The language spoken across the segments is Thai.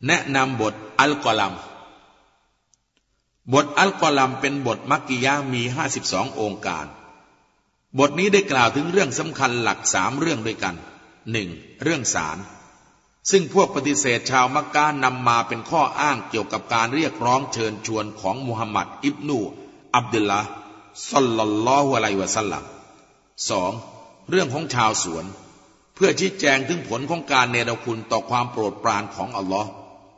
แนะนำบทอัลกอลัมบทอัลกอลัมเป็นบทมักกิยะห์มี52องค์การบทนี้ได้กล่าวถึงเรื่องสำคัญหลัก3เรื่องด้วยกัน 1. เรื่องศาลซึ่งพวกปฏิเสธชาวมักกะฮ์นำมาเป็นข้ออ้างเกี่ยวกับการเรียกร้องเชิญชวนของมุฮัมมัดอิบนุอับดุลละห์ศ็อลลัลลอฮุอะลัยฮิวะซัลลัม 2. เรื่องของชาวสวนเพื่อชี้แจงถึงผลของการเนรคุณต่อความโปรดปรานของอัลลอฮ์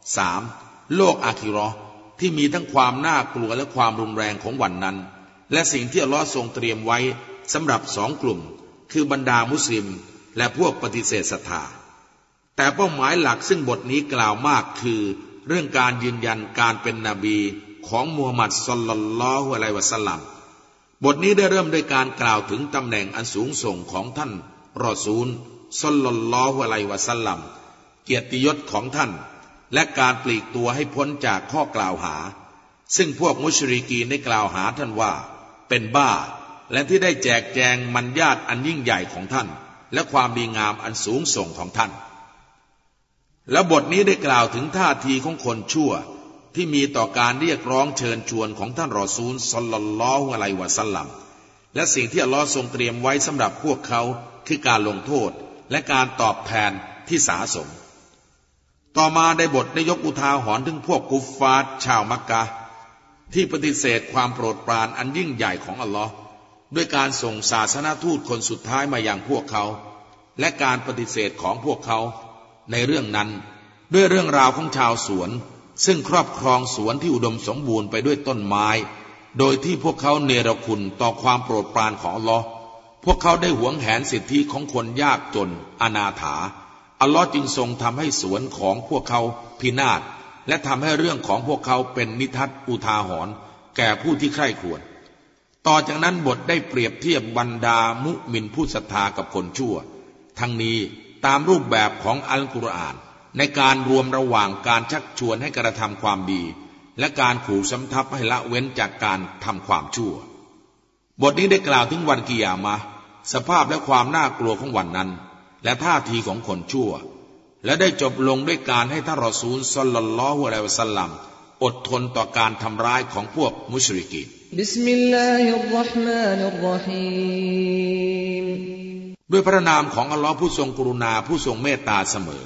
3. โลกอาคิเราะห์ที่มีทั้งความน่ากลัวและความรุนแรงของวันนั้นและสิ่งที่อัลลอฮ์ทรงเตรียมไว้สำหรับ2 กลุ่มคือบรรดามุสลิมและพวกปฏิเสธศรัทธาแต่เป้าหมายหลักซึ่งบทนี้กล่าวมากคือเรื่องการยืนยันการเป็นนบีของมูฮัมหมัดศ็อลลัลลอฮุอะลัยฮิวะซัลลัมบทนี้ได้เริ่มด้วยการกล่าวถึงตำแหน่งอันสูงส่งของท่านรอซูลศ็อลลัลลอฮุอะลัยฮิวะซัลลัมเกียรติยศของท่านและการปลีกตัวให้พ้นจากข้อกล่าวหาซึ่งพวกมุชริกีนได้กล่าวหาท่านว่าเป็นบ้าและที่ได้แจกแจงมัญญาตอันยิ่งใหญ่ของท่านและความดีงามอันสูงส่งของท่านและบทนี้ได้กล่าวถึงท่าทีของคนชั่วที่มีต่อการเรียกร้องเชิญชวนของท่านรอซูลศ็อลลัลลอฮุอะลัยฮิวะซัลลัมและสิ่งที่อัลลอฮ์ทรงเตรียมไว้สำหรับพวกเขาคือการลงโทษและการตอบแทนที่สาสมต่อมาได้บทได้ยกอุทาหรณ์ถึงพวกกุฟฟาร์ชาวมักกะฮ์ที่ปฏิเสธความโปรดปรานอันยิ่งใหญ่ของอัลลอฮ์ด้วยการส่งศาสนทูตคนสุดท้ายมายังพวกเขาและการปฏิเสธของพวกเขาในเรื่องนั้นด้วยเรื่องราวของชาวสวนซึ่งครอบครองสวนที่อุดมสมบูรณ์ไปด้วยต้นไม้โดยที่พวกเขาเนรคุณต่อความโปรดปรานของอัลลอฮ์พวกเขาได้หวงแหนสิทธิของคนยากจนอนาถาอัลลอฮ์จึงทรงทำให้สวนของพวกเขาพินาศและทำให้เรื่องของพวกเขาเป็นนิทัศน์อุทาหรณ์แก่ผู้ที่ใคร่ครวญต่อจากนั้นบทได้เปรียบเทียบบรรดามุมินผู้ศรัทธากับคนชั่วทั้งนี้ตามรูปแบบของอัลกุรอานในการรวมระหว่างการชักชวนให้กระทำความดีและการขู่สำทับให้ละเว้นจากการทำความชั่วบทนี้ได้กล่าวถึงวันกิยามะห์สภาพและความน่ากลัวของวันนั้นและท่าทีของคนชั่วและได้จบลงด้วยการให้ท่านรอซูลศ็อลลัลลอฮุอะลัยฮิวะซัลลัมอดทนต่อการทำร้ายของพวกมุชริกีนบิสมิลลาฮิรเราะห์มานิรเราะฮีมด้วยพระนามของอัลลอฮ์ผู้ทรงกรุณาผู้ทรงเมตตาเสมอ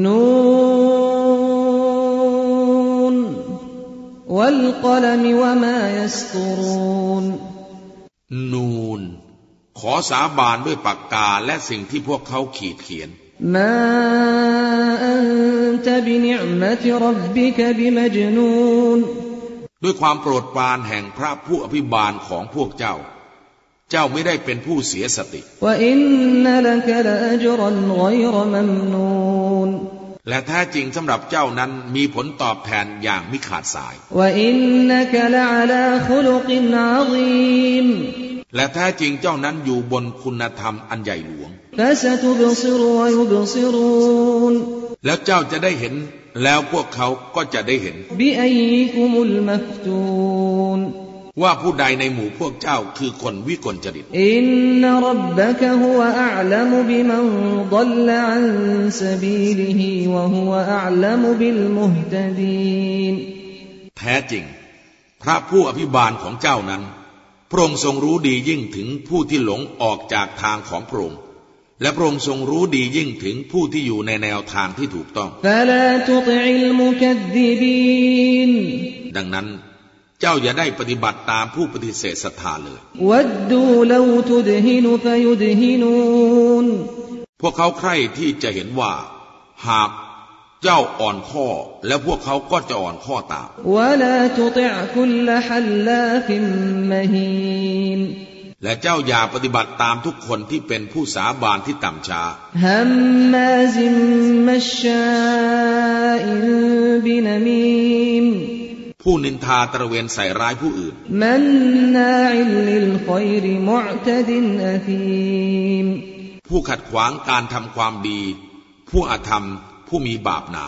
นูนวัลกะลมวะมายัสตุรูนนูนขอสาบานด้วยปากกาและสิ่งที่พวกเขาขีดเขียนมาอันตะบินิอ์มะติร็อบบิกะบิมัจนูนด้วยความโปรดปรานแห่งพระผู้อภิบาลของพวกเจ้าเจ้าไม่ได้เป็นผู้เสียสติวะอินนะละกะลาอัจรันฆอยรมัมนูนและแท้จริงสำหรับเจ้านั้นมีผลตอบแทนอย่างมิขาดสายวะอินนะกะลาอะลาคุลุกินอะซีมและแท้จริงเจ้านั้นอยู่บนคุณธรรมอันใหญ่หลวงแล้วเจ้าจะได้เห็นแล้วพวกเขาก็จะได้เห็นว่าผู้ใดในหมู่พวกเจ้าคือคนวิกลจริตอินนรับบะกะฮุวะอะอ์ละมุบิมันฎัลละอันซะบีลิฮิวะฮุวะอะ์ละมุบิลมุฮตะดีนแท้จริงพระผู้อภิบาลของเจ้านั้นพระองค์ทรงรู้ดียิ่งถึงผู้ที่หลงออกจากทางของพระองค์และพระองค์ทรงรู้ดียิ่งถึงผู้ที่อยู่ในแนวทางที่ถูกต้องดังนั้นเจ้าอย่าได้ปฏิบัติตามผู้ปฏิเสธศรัทธาเลยพวกเขาใคร่ที่จะเห็นว่าหากเจ้าอ่อนข้อแล้วพวกเขาก็จะอ่อนข้อตามและเจ้าอย่าปฏิบัติตามทุกคนที่เป็นผู้สาบานที่ต่ำช้าผู้นินทาตระเวนใส่ร้ายผู้อื่นผู้ขัดขวางการทำความดีผู้อธรรมผู้มีบาปหนา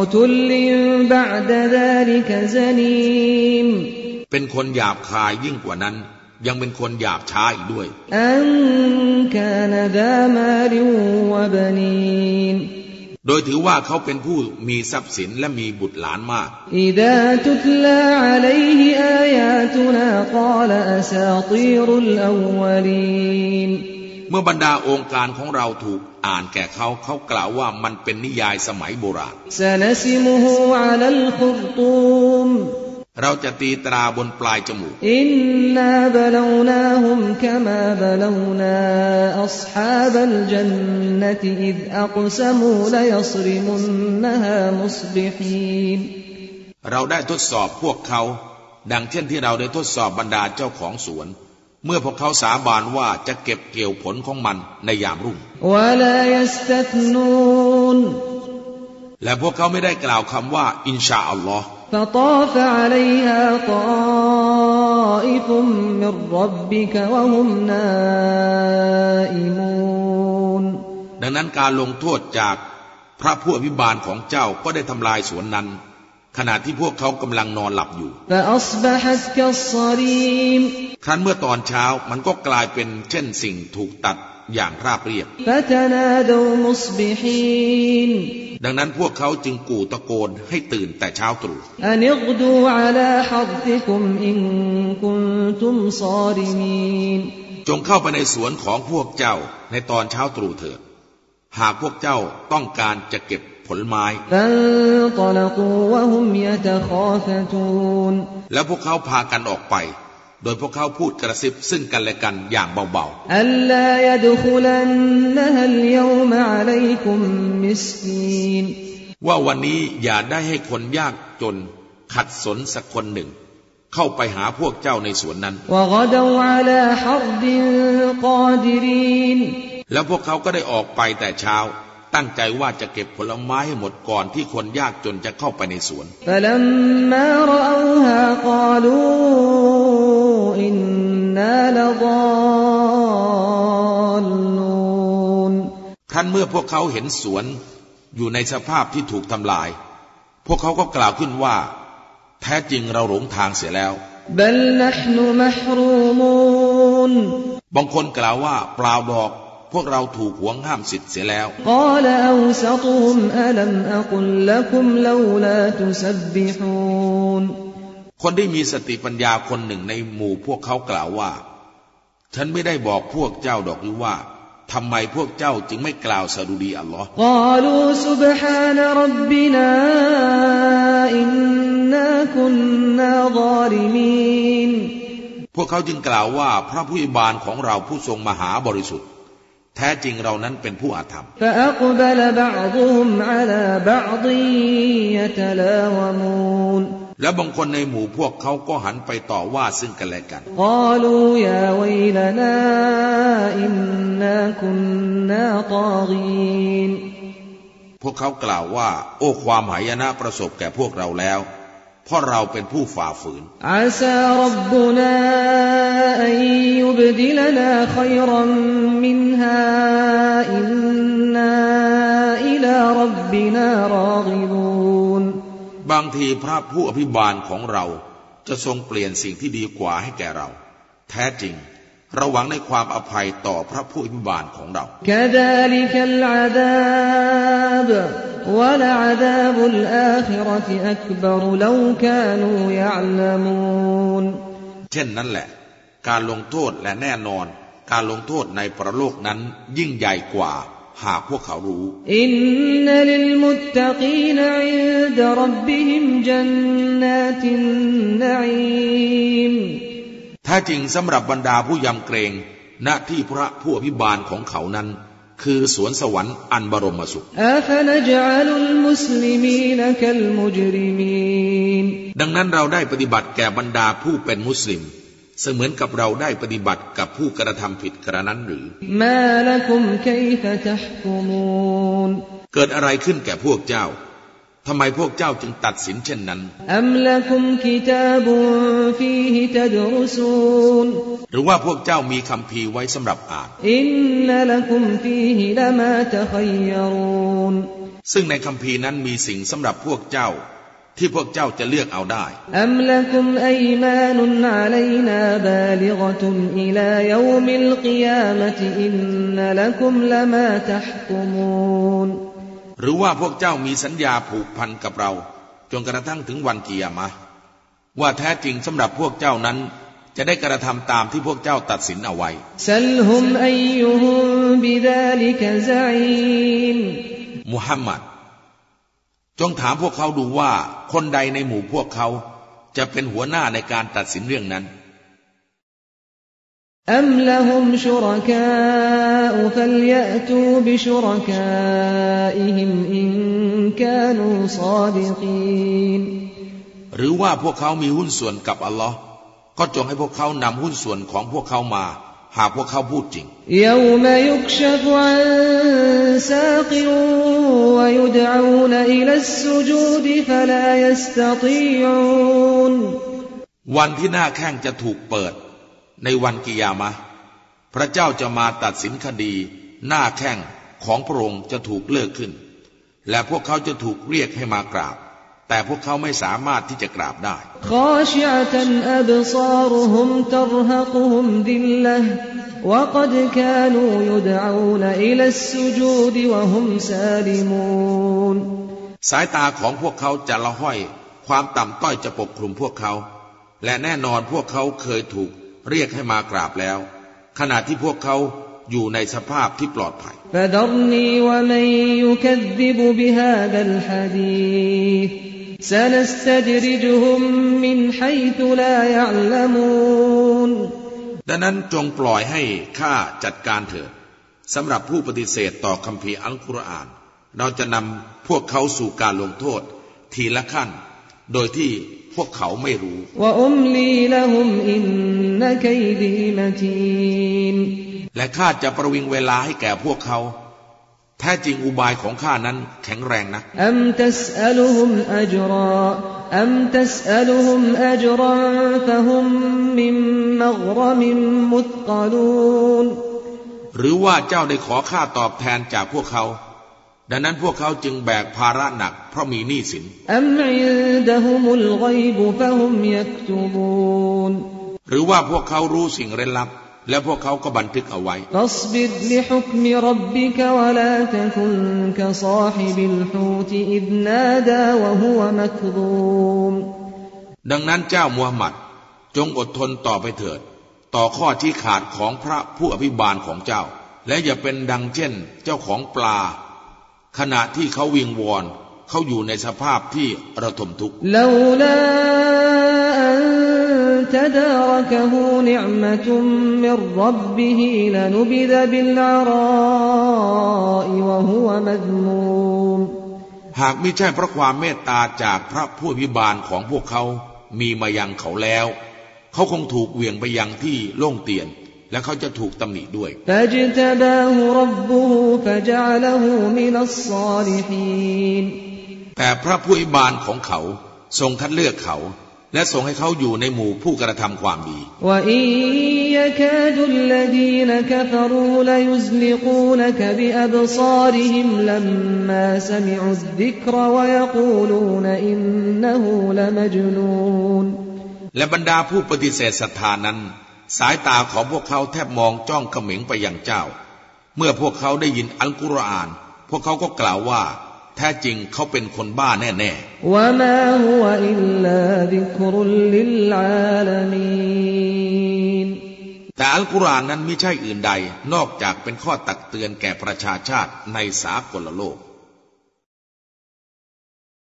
เป็นคนหยาบคายยิ่งกว่านั้นยังเป็นคนหยาบช้าอีกด้วยโดยถือว่าเขาเป็นผู้มีทรัพย์สินและมีบุตรหลานมากอิดาตุตลาอะลัยฮิอายาตุนากาลอะซาตีรุลอวลีนเมื่อบรรดาองค์การของเราถูกอ่านแก่เขากล่าวว่ามันเป็นนิยายสมัยโบราณซะนซิมุฮูอะลัลคุรตูมเราจะตีตราบนปลายจมูกอินนาบะลาวนาฮุมกะมาบะลาวนาอัศฮาบัลญันนะติอิซอักซะมูละยัศริมุนนะฮามุศบิฮีนเราได้ทดสอบพวกเขาดังเช่นที่เราได้ทดสอบบรรดาเจ้าของสวนเมื่อพวกเขาสาบานว่าจะเก็บเกี่ยวผลของมันในยามรุ่งและพวกเขาไม่ได้กล่าวคำว่าอินชาอัลลอฮ์ فطاف عليها طائف من ربك وهم نائمون ดังนั้นการลงโทษจากพระผู้อภิบาลของเจ้าก็ได้ทำลายสวนนั้นขณะที่พวกเขากำลังนอนหลับอยู่ครั้นเมื่อตอนเช้ามันก็กลายเป็นเช่นสิ่งถูกตัดอย่างราบเรียบดังนั้นพวกเขาจึงกู่ตะโกนให้ตื่นแต่เช้าตรู่จงเข้าไปในสวนของพวกเจ้าในตอนเช้าตรู่เถิดหากพวกเจ้าต้องการจะเก็บผลไม้แล้วพวกเขาพากันออกไปโดยพวกเขาพูดกระซิบซึ่งกันและกันอย่างเบาๆว่าวันนี้อย่าได้ให้คนยากจนขัดสนสักคนหนึ่งเข้าไปหาพวกเจ้าในสวนนั้นแล้วพวกเขาก็ได้ออกไปแต่เช้าตั้งใจว่าจะเก็บผลไม้ให้หมดก่อนที่คนยากจนจะเข้าไปในสวนครั้นเมื่อพวกเขาเห็นสวนอยู่ในสภาพที่ถูกทำลายพวกเขาก็กล่าวขึ้นว่าแท้จริงเราหลงทางเสียแล้วบางคนกล่าวว่าเปล่าดอกพวกเราถูกหวงห้ามสิทธิ์เสียแล้วคนที่มีสติปัญญาคนหนึ่งในหมู่พวกเขากล่าวว่าฉันไม่ได้บอกพวกเจ้าดอกหรือว่าทำไมพวกเจ้าจึงไม่กล่าวสดุดีอัลลอฮ์พวกเขาจึงกล่าวว่าพระผู้อภิบาลของเราผู้ทรงมหาบริสุทธิ์แท้จริงเรานั้นเป็นผู้อาธรรมและบางคนในหมู่พวกเขาก็หันไปต่อว่าซึ่งกันและกันพวกเขากล่าวว่าโอ้ความหายนะประสบแก่พวกเราแล้วเพราะเราเป็นผู้ฝ่าฝืนอาซาร็อบบุนาอันยุบดิลนาขัยรัมมินฮาอินนาอิลาร็อบบินารากิบูนบางทีพระผู้อภิบาลของเราจะทรงเปลี่ยนสิ่งที่ดีกว่าให้แก่เราแท้จริงเราหวังในความอภัยต่อพระผู้อภิบาลของเรากะซาลิกัลอะซาบวะละอะซาบุลอาคิเราะติอักบัรลาวกานูยะอ์ละมูนเช่นนั้นแหละการลงโทษและแน่นอนการลงโทษในปรโลกนั้นยิ่งใหญ่กว่าหากพวกเขารู้อินนัลิลมุตตะกีนอินดะร็อบบิฮิมญันนาตินนะอีมถ้าจริงสำหรับบรรดาผู้ยำเกรงณที่พระผู้อภิบาลของเขานั้นคือสวนสวรรค์อันบรมสุขดังนั้นเราได้ปฏิบัติแก่บรรดาผู้เป็นมุสลิมเสมือนกับเราได้ปฏิบัติกับผู้กระทำผิดกระนั้นหรือเกิดอะไรขึ้นแก่พวกเจ้าทำไมพวกเจ้าจึงตัดสินเช่นนั้นหรือว่าพวกเจ้ามีคัมภีร์ไว้สำหรับอ่านซึ่งในคัมภีร์นั้นมีสิ่งสำหรับพวกเจ้าที่พวกเจ้าจะเลือกเอาได้หรือว่าพวกเจ้ามีสัญญาผูกพันกับเราจนกระทั่งถึงวันกิยามะห์ว่าแท้จริงสำหรับพวกเจ้านั้นจะได้กระทำตามที่พวกเจ้าตัดสินเอาไว้มุฮัมมัดจงถามพวกเขาดูว่าคนใดในหมู่พวกเขาจะเป็นหัวหน้าในการตัดสินเรื่องนั้นอัมละฮุมชุรกาอุฟัลยะตูบิชุรกาอิฮิมอินกานูศอดิกีนหรือว่าพวกเขามีหุ้นส่วนกับอัลลอฮ์ก็จงให้พวกเขานำหุ้นส่วนของพวกเขามาหากพวกเขาพูดจริง يوم يكشف عن ساق ويدعون إلى السجود فلا يستطيعون วันที่หน้าแข้งจะถูกเปิดในวันกิยามะห์พระเจ้าจะมาตัดสินคดีหน้าแข้งของพระองค์จะถูกเลิกขึ้นและพวกเขาจะถูกเรียกให้มากราบแต่พวกเขาไม่สามารถที่จะกราบได้ وقد كانوا يدعون إلى السجود وهم سالمون สายตาของพวกเขาจะละห้อยความต่ำต้อยจะปกคลุมพวกเขาและแน่นอนพวกเขาเคยถูกเรียกให้มากราบแล้วขณะที่พวกเขาอยู่ในสภาพที่ปลอดภัย فذرني ومن يكذب بهذا الحديث سنستدرجهم من حيث لا يعلمون ดังนั้นจงปล่อยให้ข้าจัดการเถิดสำหรับผู้ปฏิเสธต่อคัมภีร์อัลกุรอานเราจะนำพวกเขาสู่การลงโทษทีละขั้นโดยที่พวกเขาไม่รู้และข้าจะประวิงเวลาให้แก่พวกเขาแท้จริงอุบายของข้านั้นแข็งแรงนะ أم تسألهم أجرا فهم من مغرم مثقلون หรือว่าเจ้าได้ขอค่าตอบแทนจากพวกเขาดังนั้นพวกเขาจึงแบกภาระหนักเพราะมีหนี้สิน أم عندهم الغيب فهم يكتبون หรือว่าพวกเขารู้สิ่งเร้นลับและพวกเขาก็บันทึกเอาไว้ فاصبر لحكم ربك ولا تكن كصاحب الحوت إذ نادى وهو مكظوم ดังนั้นเจ้ามูฮัมหมัดจงอดทนต่อไปเถิดต่อข้อที่ขาดของพระผู้อภิบาลของเจ้าและอย่าเป็นดังเช่นเจ้าของปลาขณะที่เขาวิงวอนเขาอยู่ในสภาพที่ระทมทุกข์ تداركه نعمة من ربه لنبذ بالعراء وهو مذموم หากไม่ใช่เพราะความเมตตาจากพระผู้อภิบาลของพวกเขามีมายังเขาแล้วเขาคงถูกเหวี่ยงไปยังที่โล่งเตียนและเขาจะถูกตำหนิด้วย فاجتباه ربه فجعله من الصالحين แต่พระผู้อภิบาลของเขาทรงคัดเลือกเขาและส่งให้เขาอยู่ในหมู่ผู้กระทำความดีและบรรดาผู้ปฏิเสธศรัทธานั้นสายตาของพวกเขาแทบมองจ้องเขม็งไปยังเจ้าเมื่อพวกเขาได้ยินอัลกุรอานพวกเขาก็กล่าวว่าแท้จริงเขาเป็นคนบ้าแน่ๆวะมาฮุวะอิลลาซิกรุลลิลอาลามีนแต่อัลกุรอานนั้นไม่ใช่อื่นใดนอกจากเป็นข้อตักเตือนแก่ประชาชาติในสากลโลก